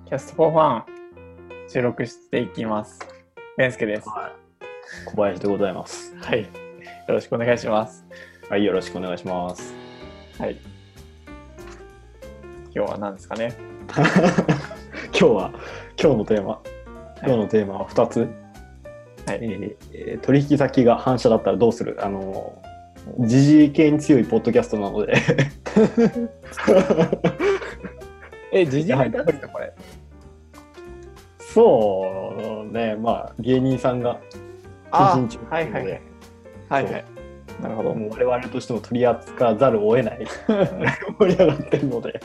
キャストフォーファン収録していきます。弁介です。 はい、小林でございます。 はい。よろしくお願いします。 はい、よろしくお願いします。 はい。今日は何ですかね。 今日のテーマは2つ。 はい。 取引先が反社だったらどうする？時事系に強いポッドキャストなので。 時事ネタですかこれ？ そうね、まあ芸人さんが謹慎中なので、はい。なるほど。 もう我々としても取り扱わざるを得ない盛り上がってるので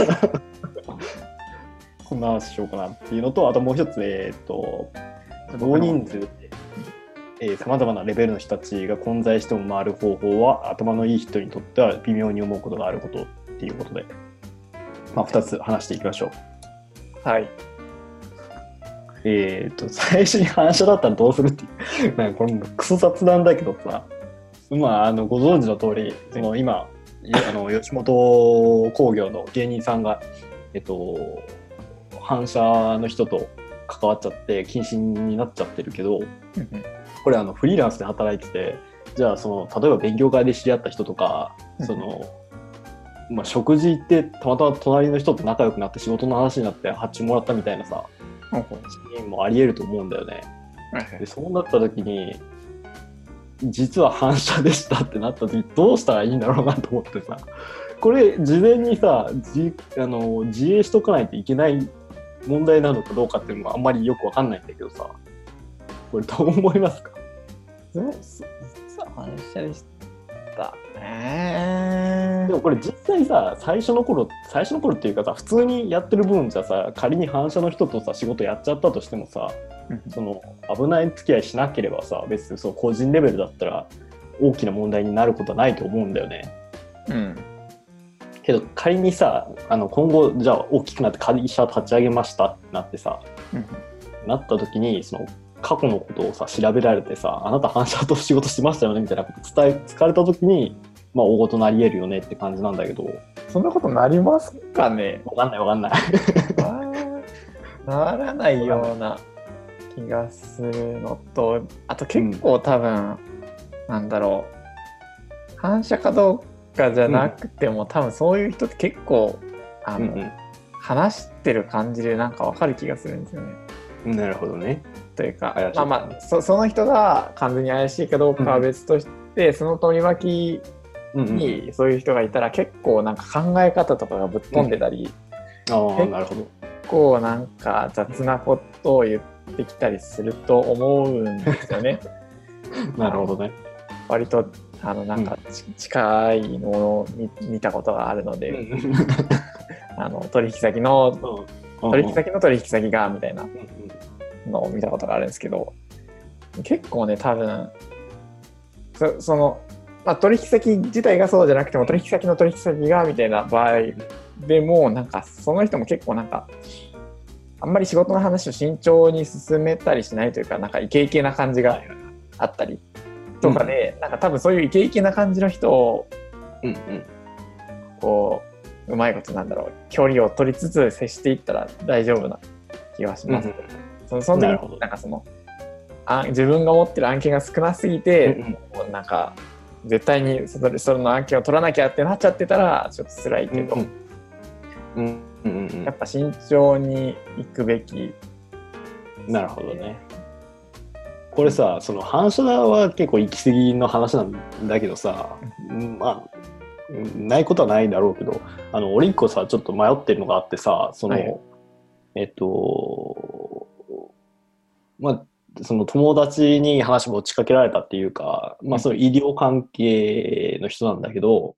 こんな話しようかなっていうのと、あともう一つ大人数でさまざまなレベルの人たちが混在しても回る方法は頭のいい人にとっては微妙に思うことがあることっていうことで、まあ、2つ話していきましょう。はい。 最初に反射だったらどうするっていうなんかこれクソ雑なんだけどさ、まあ、ご存知の通りその今吉本興業の芸人さんが反射の人と関わっちゃって謹慎になっちゃってるけどこれフリーランスで働いてて、じゃあ例えば勉強会で知り合った人とかまあ、食事行ってたまたま隣の人と仲良くなって仕事の話になって発注もらったみたいなさシーンもありえると思うんだよね。でそうなった時に実は反射でしたってなった時どうしたらいいんだろうなと思ってさ、これ事前にさ自衛しとかないといけない問題なのかどうかっていうのはあんまりよくわかんないんだけどさ、これどう思いますか？ 実は反射でした。 でもこれ実際さ最初の頃っていうかさ、普通にやってる分じゃさ、仮に反射の人とさ仕事やっちゃったとしてもさ危ない付き合いしなければさ、別に個人レベルだったら大きな問題になることはないと思うんだよね。けど仮にさ今後じゃあ大きくなって会社立ち上げましたってなってさ、なった時に過去のことをさ調べられてさ、あなた反射と仕事してましたよねみたいなこと疲れた時にまあ大事なり得るよねって感じなんだけど、 そんなことなりますかね？ わかんないならないような気がするのと、あと結構多分、なんだろう、反射かどうかじゃなくても、多分そういう人って結構話してる感じでなんか分かる気がするんですよね。 なるほどね。 というか、その人が完全に怪しいかどうかは別として、その取り巻きにそういう人がいたら結構なんか考え方とかがぶっ飛んでたり、 なるほど。 結構なんか雑なことを言ってきたりすると思うんですよね。 なるほどね。 割となんか近いのを見たことがあるので、取引先の取引先がみたいなのを見たことがあるんですけど、結構ね多分取引先自体がそうじゃなくても取引先の取引先がみたいな場合でもなんかその人も結構なんかあんまり仕事の話を慎重に進めたりしないというか、なんかイケイケな感じがあったりとかで、なんか多分そういうイケイケな感じの人をこううまいこと距離を取りつつ接していったら大丈夫な気がします。その時になんか自分が持ってる案件が少なすぎて、なんか絶対にその案件を取らなきゃってなっちゃってたらちょっと辛いけど、やっぱ慎重に行くべき。 なるほどね。これさ反射は結構行き過ぎの話なんだけどさ、まあないことはないだろうけど、俺一個さちょっと迷ってるのがあってさ、まあ友達に話持ちかけられたっていうか、まあ医療関係の人なんだけど、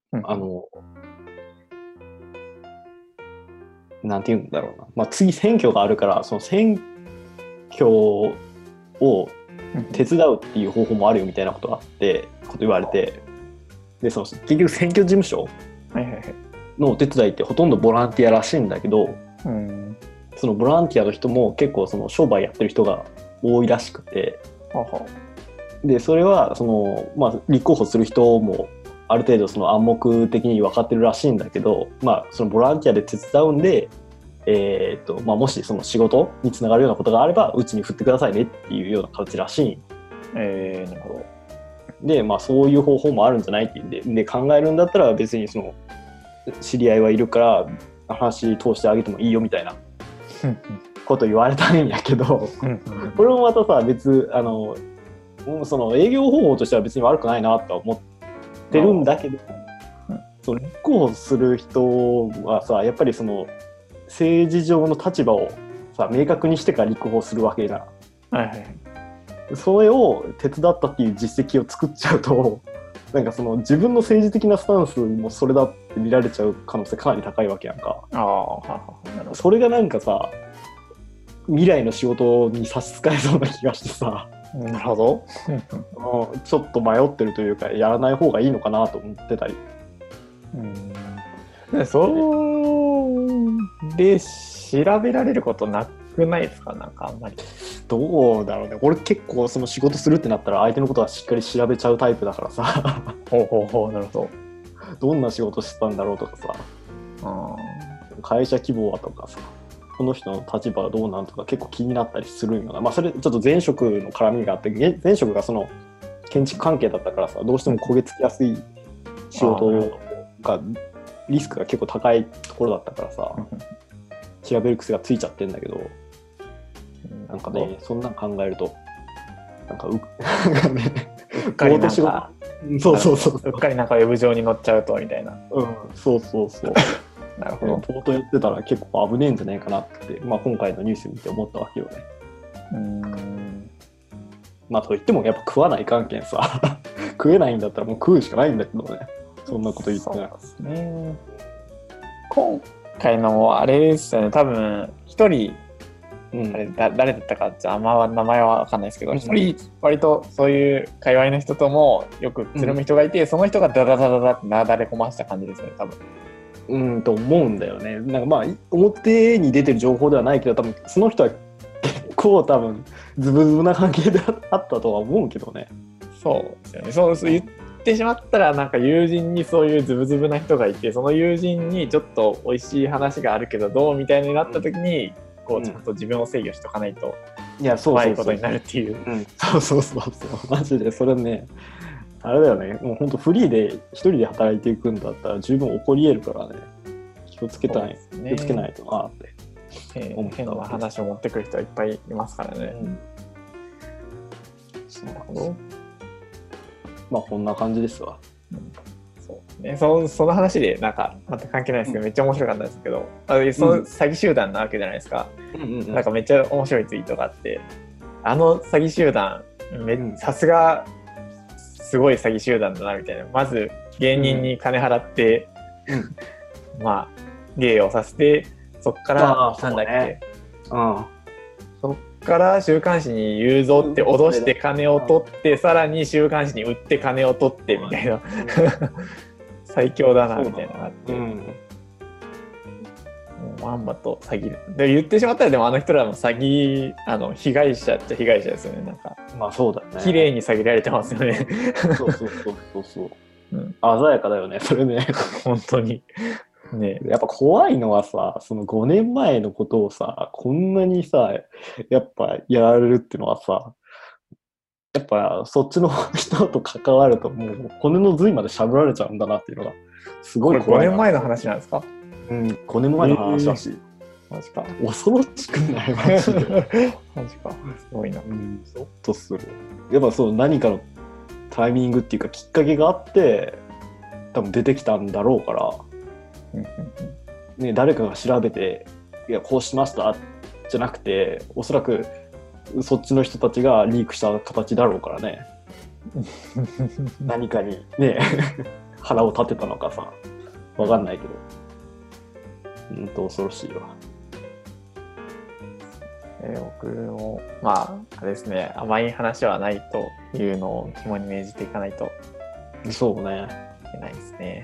なんて言うんだろうな、まあ、次選挙があるから選挙を手伝うっていう方法もあるよみたいなこと言われて、で結局選挙事務所のお手伝いってほとんどボランティアらしいんだけど、そのボランティアの人も結構商売やってる人が多いらしくて、でそれはまあ、立候補する人もある程度暗黙的に分かってるらしいんだけど、まあ、ボランティアで手伝うんでもしその仕事につながるようなことがあればうちに振ってくださいねっていうような形らしい。 なるほど。 で、そういう方法もあるんじゃないっていうんで考えるんだったら別にその知り合いはいるから話通してあげてもいいよみたいなこと言われたんやけどこれもまたさ別その営業方法としては別に悪くないなとは思ってるんだけど、その立候補する人はさやっぱりその政治上の立場をさ明確にしてから立候補するわけだ。 はいはい。 それを手伝ったっていう実績を作っちゃうとなんかその自分の政治的なスタンスもそれだって見られちゃう可能性かなり高いわけやんか。 なるほど。 それがなんかさ未来の仕事に差し支えそうな気がしてさなるほどちょっと迷ってるというかやらない方がいいのかなと思ってたり。 そうで調べられることなくないですか？なんかあんまり。 どうだろうね。俺結構その仕事するってなったら相手のことはしっかり調べちゃうタイプだからさほうなるほどんな仕事してたんだろうとかさ会社規模はとかさこの人の立場はどうなんとか結構気になったりするんよな。それちょっと前職の絡みがあって前職がその建築関係だったからさどうしても焦げ付きやすい仕事がリスクが結構高いところだったからさ調べる癖がついちゃってんだけどなんかねそんなん考えるとなんかうっかりなんかうっかりなんかウェブ上に載っちゃうとみたいな。 そうなるほど。 ポートやってたら結構危ねえんじゃないかなって、今回のニュース見て思ったわけよね。といってもやっぱ食わない関係さ食えないんだったらもう食うしかないんだけどね。そんなこと言ってない。そうですね。 今回のあれですよね。多分一人、あれ誰だったか名前は分かんないですけど、一人割とそういう界隈の人ともよくつるむ人がいて、その人がダダってなだれ込ませた感じですね、多分。 と思うんだよね。なんか表に出てる情報ではないけど多分その人は結構多分ズブズブな関係であったとは思うけどね。 そうですよね。そう言ってしまったらなんか友人にそういうズブズブな人がいてその友人にちょっと美味しい話があるけどどうみたいになった時にこうちゃんと自分を制御しとかないと怖いことになるっていう。 そうマジでそれねあれだよね。もう本当フリーで一人で働いていくんだったら十分起こり得るからね。気をつけないとなって。 変な話を持ってくる人はいっぱいいますからね。 なるほど。こんな感じですわ。 そうね。その話でなんかまた関係ないですけど、めっちゃ面白かったですけど、その詐欺集団なわけじゃないですか。なんかめっちゃ面白いツイートがあって、あの詐欺集団さすがすごい詐欺集団だなみたいな。まず芸人に金払って、芸をさせてそっからなんだっけ、そっから週刊誌に言うぞって脅して金を取って、さらに週刊誌に売って金を取ってみたいな最強だなみたいなのがあって、もうまんまと詐欺で言ってしまったらでもあの人らも詐欺被害者っちゃ被害者ですよね。なんかそうだね。 綺麗に詐欺られてますよね。 そう、鮮やかだよねそれね本当に。ね、 やっぱ怖いのはさその5年前のことをさこんなにさやっぱやられるっていうのはさやっぱそっちの人と関わるともう骨の髄までしゃぶられちゃうんだなっていうのがすごい怖い。 5年前の話なんですか ？5年前の話だし、 マジか恐ろしくないマジでマジかすごいな。 ゾッとする。やっぱそう何かのタイミングっていうかきっかけがあって多分出てきたんだろうからね、誰かが調べていやこうしましたじゃなくておそらくそっちの人たちがリークした形だろうからね何かにね腹を立てたのかさわかんないけど恐ろしいわ。 僕もあれですね甘い話はないというのを肝に銘じていかないとそうねいけないですね。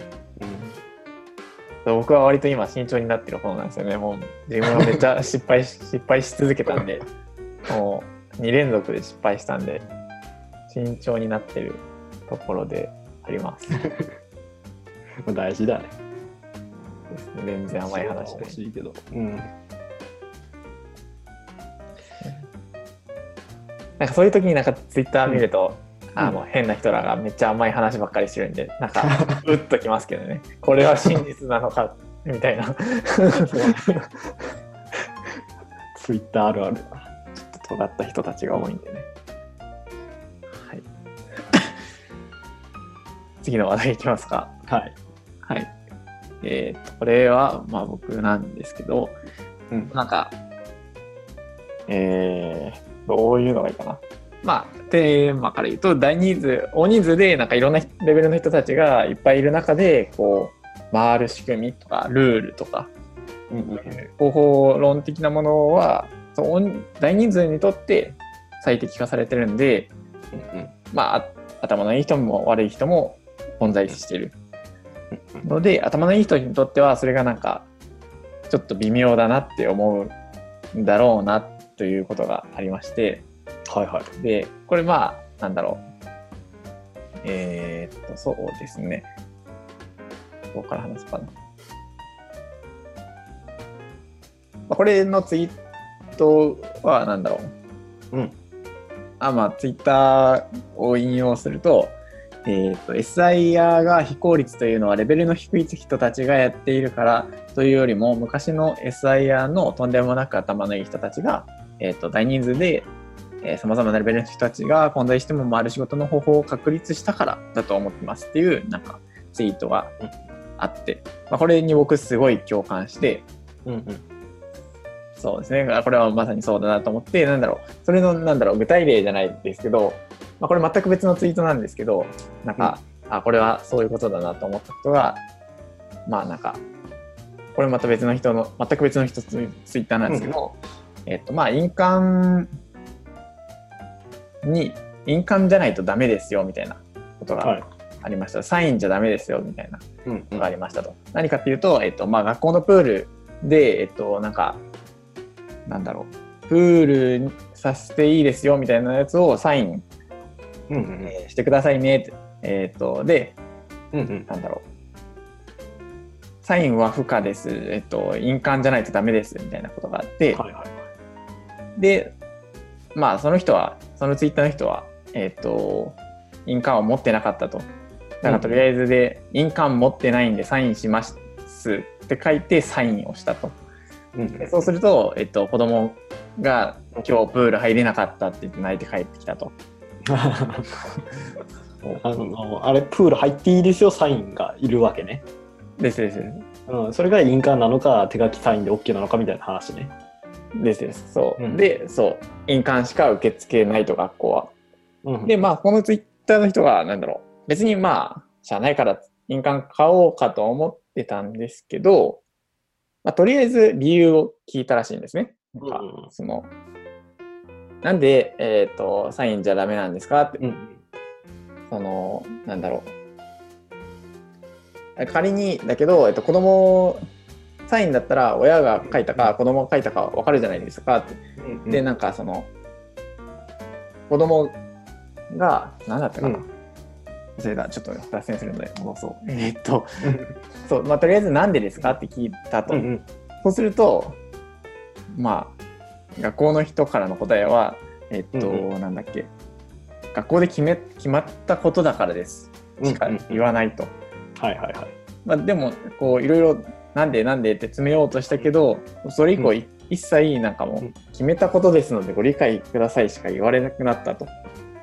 僕は割と今慎重になってる方なんですよね。もう自分はめっちゃ失敗し続けたんでもう2連続で失敗したんで慎重になってるところであります大事だね。 全然甘い話欲しいけど、 なんかそういう時になんかツイッター見ると、変な人らがめっちゃ甘い話ばっかりしてるんで、なんかうっときますけどね。これは真実なのかみたいな。 ツイッターあるある。 ちょっと尖った人たちが多いんでね。はい。次の話題いきますか。 はい。 はい。これはまあ僕なんですけど、なんか、どういうのがいいかな。まあ、テーマから言うと、大人数で、なんかいろんなレベルの人たちがいっぱいいる中で、こう、回る仕組みとか、ルールとか、方法論的なものは、大人数にとって最適化されてるんで、まあ、頭のいい人も悪い人も混在してる。ので、頭のいい人にとっては、それがなんか、ちょっと微妙だなって思うんだろうな、ということがありまして、 はいはい。 で、これまあ、なんだろう。そうですね。どこから話すかな。これのツイートはなんだろう。まあ、ツイッターを引用すると、SIR が非効率というのはレベルの低い人たちがやっているからというよりも、昔の SIR のとんでもなく頭のいい人たちが、大人数で様々なレベルの人たちが混在しても回る仕事の方法を確立したからだと思ってますっていうなんかツイートがあって、これに僕すごい共感して、そうですね、これはまさにそうだなと思って、それの具体例じゃないですけど、これ全く別のツイートなんですけど、なんか、これはそういうことだなと思ったことが、なんかこれまた全く別の人ツイッターなんですけど、印鑑じゃないとダメですよみたいなことがありました。サインじゃダメですよみたいなことがありましたと。何かっていうと、学校のプールで、プールさせていいですよみたいなやつをサイン、してくださいねって、で、サインは不可です。印鑑じゃないとダメですみたいなことがあって、で、そのツイッターの人は、印鑑を持ってなかったと。だからとりあえずで、印鑑持ってないんでサインしますって書いてサインをしたと。そうすると、子供が今日プール入れなかったって言って泣いて帰ってきたと。 あれ、プール入っていいですよ、サインがいるわけね。 です。 それが印鑑なのか、手書きサインで OK なのかみたいな話ね。 です。そう。で、印鑑しか受け付けないと、学校は。で、このツイッターの人が、別にしゃあないから印鑑買おうかと思ってたんですけど、とりあえず理由を聞いたらしいんですね。なんで、サインじゃダメなんですかって。仮にだけど、子供サインだったら親が書いたか子供が書いたか分かるじゃないですかって。で、子供が何だったかな、それがちょっと脱線するので戻そう。そう、とりあえずなんでですかって聞いたと。そうすると、学校の人からの答えは、学校で決まったことだからですしか言わないと。でもいろいろなんでって詰めようとしたけど、それ以降、一切もう決めたことですのでご理解くださいしか言われなくなったと。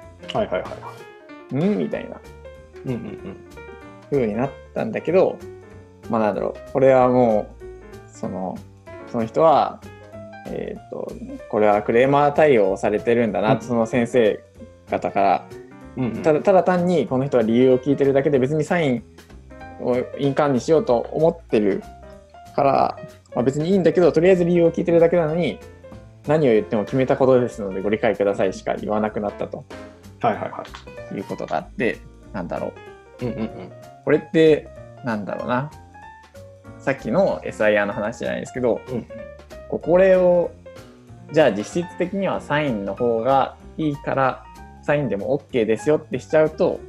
みたいな風になったんだけど、これはもうその人はこれはクレーマー対応をされてるんだな、その先生方から、ただ単にこの人は理由を聞いてるだけで別にサインを印鑑にしようと思ってるから、別にいいんだけど、とりあえず理由を聞いてるだけなのに何を言っても決めたことですのでご理解くださいしか言わなくなったということがあって、これってさっきの SIR の話じゃないですけど、これをじゃあ実質的にはサインの方がいいからサインでも OK ですよってしちゃうと、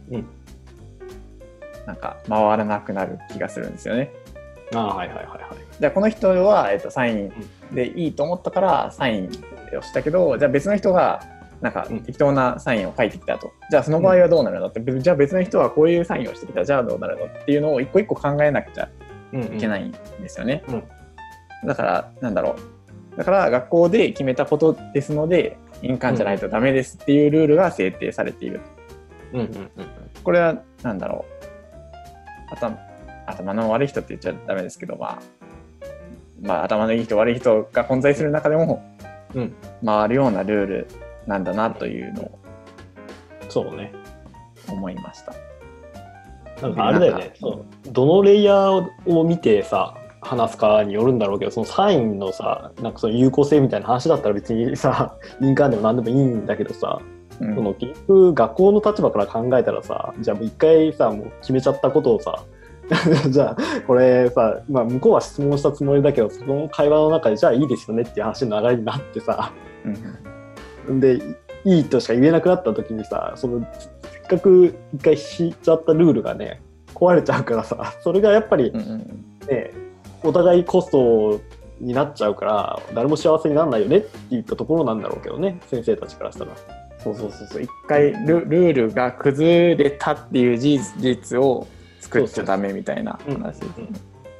回らなくなる気がするんですよね。じゃあこの人は、サインでいいと思ったからサインをしたけど、じゃあ別の人がなんか適当なサインを書いてきたと、じゃあその場合はどうなるのって、じゃあ別の人はこういうサインをしてきた、じゃあどうなるのっていうのを一個一個考えなくちゃいけないんですよね。だからなんだろう、だから学校で決めたことですので印鑑じゃないとダメですっていうルールが制定されている。これはなんだろう、頭の悪い人って言っちゃダメですけど、まあ頭のいい人悪い人が混在する中でも、回るようなルールなんだなというのをそうね思いました。 なんかあれだよね、どのレイヤーを見てさ話すかによるんだろうけど、そのサインのさ、なんかその有効性みたいな話だったら別にさ印鑑でも何でもいいんだけどさ、その結局学校の立場から考えたらさ、じゃあもう一回さもう決めちゃったことをさじゃあこれさ、向こうは質問したつもりだけど、その会話の中でじゃあいいですよねっていう話の流れになってさ、でいいとしか言えなくなった時にさ、そのせっかく一回しちゃったルールがね壊れちゃうからさ、それがやっぱりね、お互いコストになっちゃうから誰も幸せにならないよねっていったところなんだろうけどね、先生たちからしたら。 そう一回ルールが崩れたっていう事実を作っちゃダメみたいな話ですね。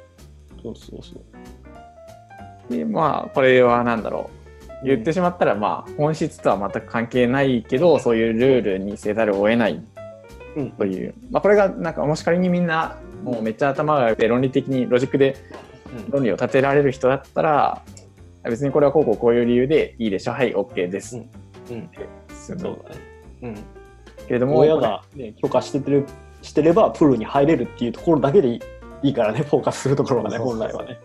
でこれはなんだろう、言ってしまったら本質とは全く関係ないけど、そういうルールにせざるを得ないという、これがなんかもし仮にみんなもうめっちゃ頭が良くて論理的にロジックで論理を立てられる人だったら、別にこれはこういう理由でいいでしょ、はい OK です、 そうだね。 けれども親が、許可してればプールに入れるっていうところだけでいいからね、フォーカスするところがね、本来はね。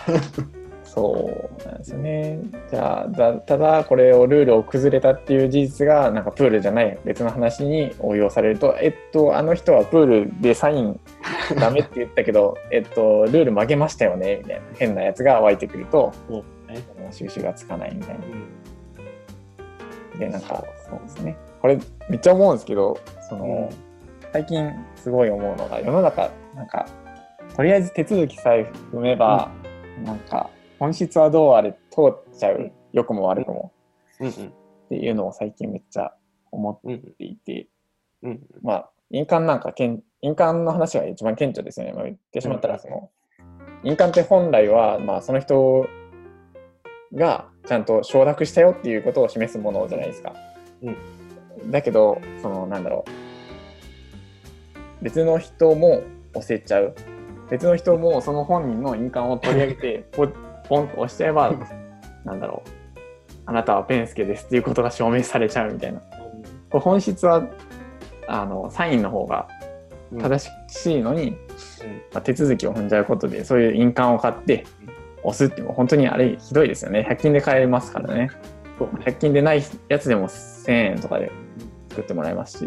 そうなんですよね。じゃあただこれをルールを崩れたっていう事実がなんかプールじゃない別の話に応用されると、あの人はプールでサインダメって言ったけどルール曲げましたよねみたいな変なやつが湧いてくると、収拾がつかないみたいな。でなんかそうですね、これめっちゃ思うんですけど、最近すごい思うのが、世の中なんかとりあえず手続きさえ踏めば、なんか本質はどうあれ通っちゃう、良くも悪くも、っていうのを最近めっちゃ思っていて、印鑑なんか印鑑の話が一番顕著ですよね。言ってしまったら印鑑って本来はその人がちゃんと承諾したよっていうことを示すものじゃないですか。だけどなんだろう、別の人も押せちゃう、別の人もその本人の印鑑を取り上げてポンと押しちゃえばなんだろう、あなたはペンスケですっていうことが証明されちゃうみたいな。本質はサインの方が正しいのに、手続きを踏んじゃうことでそういう印鑑を買って押すって本当にあれひどいですよね。100均で買えますからね。100均でないやつでも1000円とかで作ってもらえますし、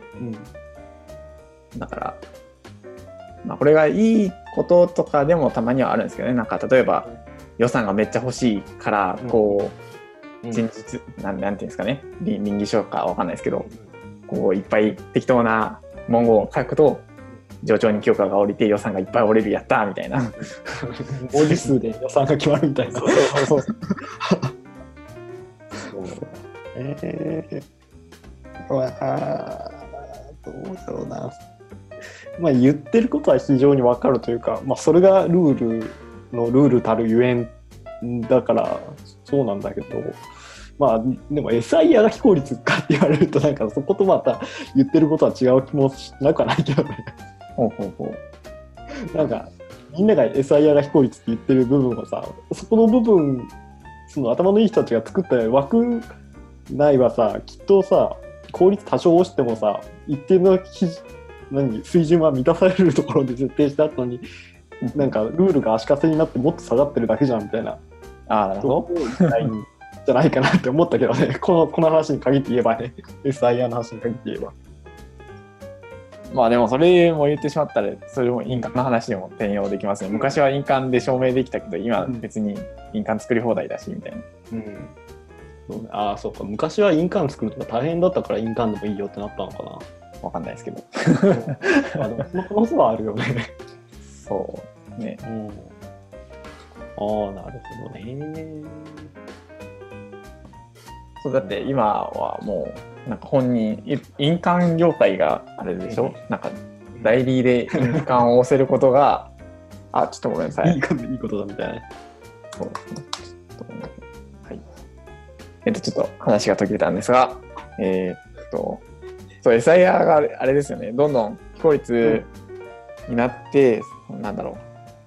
だからこれがいいこととかでもたまにはあるんですけどね。なんか例えば予算がめっちゃ欲しいから真実なんていうんですかね、倫理書かわかんないですけど、いっぱい適当な文言を書くと上長に許可が下りて予算がいっぱい下りる、やったーみたいな文字数で予算が決まるみたいな。そうどうだろうな。言ってることは非常に分かるというか、それがルールたるゆえんだからそうなんだけど、でも SIR が非効率かって言われるとなんかそことまた言ってることは違う気もしなくはないけどね。なんかみんなが SIR が非効率って言ってる部分はさ、そこの部分、その頭のいい人たちが作った枠内はさ、きっとさ効率多少落ちてもさ一定の水準は満たされるところで設定した後になんかルールが足かせになってもっと下がってるだけじゃんみたいな。 なるほど。 じゃないかなって思ったけどね。この話に限って言えばね。SIR の話に限って言えば。でもそれも言ってしまったらそれも印鑑の話でも転用できますね。昔は印鑑で証明できたけど今別に印鑑作り放題だしみたいな。 そうか。昔は印鑑作るのが大変だったから印鑑でもいいよってなったのかな。 わかんないですけど。 でもその可能性はあるよね。 そうね。 なるほどね。 そうだって今はもうなんか本人印鑑業界があれでしょ、なんか代理で印鑑を押せることがあ、ちょっとごめんなさい。 いいことだみたいなね。 そうですね。はい。ちょっと話が途切れたんですが、そう、SIR があれですよね、どんどん非効率になって、なんだろ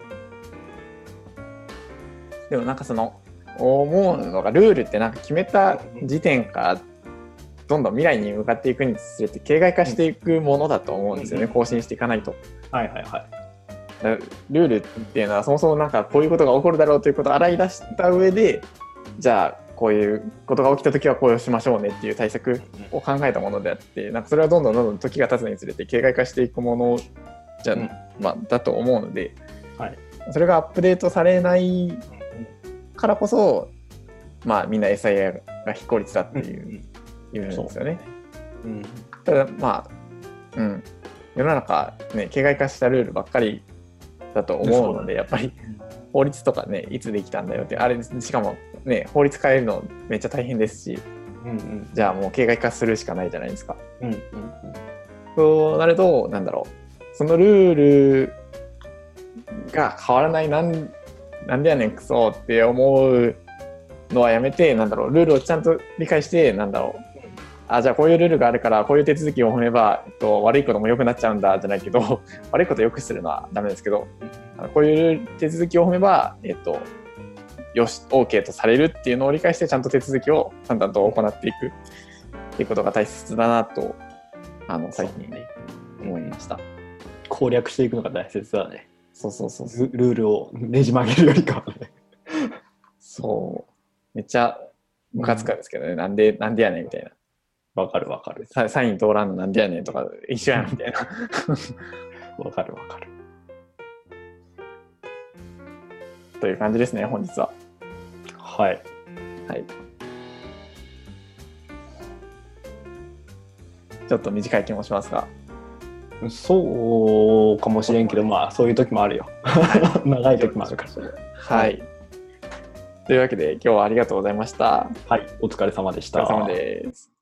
う。でもなんかその、思うのが、ルールってなんか決めた時点からどんどん未来に向かっていくにつれて形骸化していくものだと思うんですよね、更新していかないと。 はいはいはい。 ルールっていうのはそもそもなんかこういうことが起こるだろうということを洗い出した上で、じゃあこういうことが起きた時はこうしましょうねっていう対策を考えたものであって、なんかそれはどんどん時が経つにつれて形骸化していくものじゃ、だと思うので、はい、それがアップデートされないからこそ、みんな SIR が非効率だって言うんですよね。ただ世の中ね、形骸化したルールばっかりだと思うので、やっぱり法律とかね、いつできたんだよって、あれしかもね、法律変えるのめっちゃ大変ですし、じゃあもう形骸化するしかないじゃないですか。そうなると、なんだろう、そのルールが変わらない、なんでやねんクソって思うのはやめて、なんだろう、ルールをちゃんと理解して、なんだろう、じゃあこういうルールがあるからこういう手続きを踏めば、悪いことも良くなっちゃうんだじゃないけど、悪いことを良くするのはダメですけど、こういう手続きを踏めば、よし OK とされるっていうのを理解して、ちゃんと手続きを淡々と行っていくっていうことが大切だなと最近ね思いました。 攻略していくのが大切だね。 そうルールをねじ曲げるよりかはね。 そうめっちゃムカつくんですけどね、なんでやねんみたいな。 わかるサイン通らんのなんでやねんとか一緒やんみたいな。 わかるという感じですね、本日は。 はい。 ちょっと短い気もしますが。 そうかもしれんけど、そういう時もあるよ。長い時もあるから。 はい。というわけで今日はありがとうございました。 はい、お疲れ様でした。 お疲れ様です。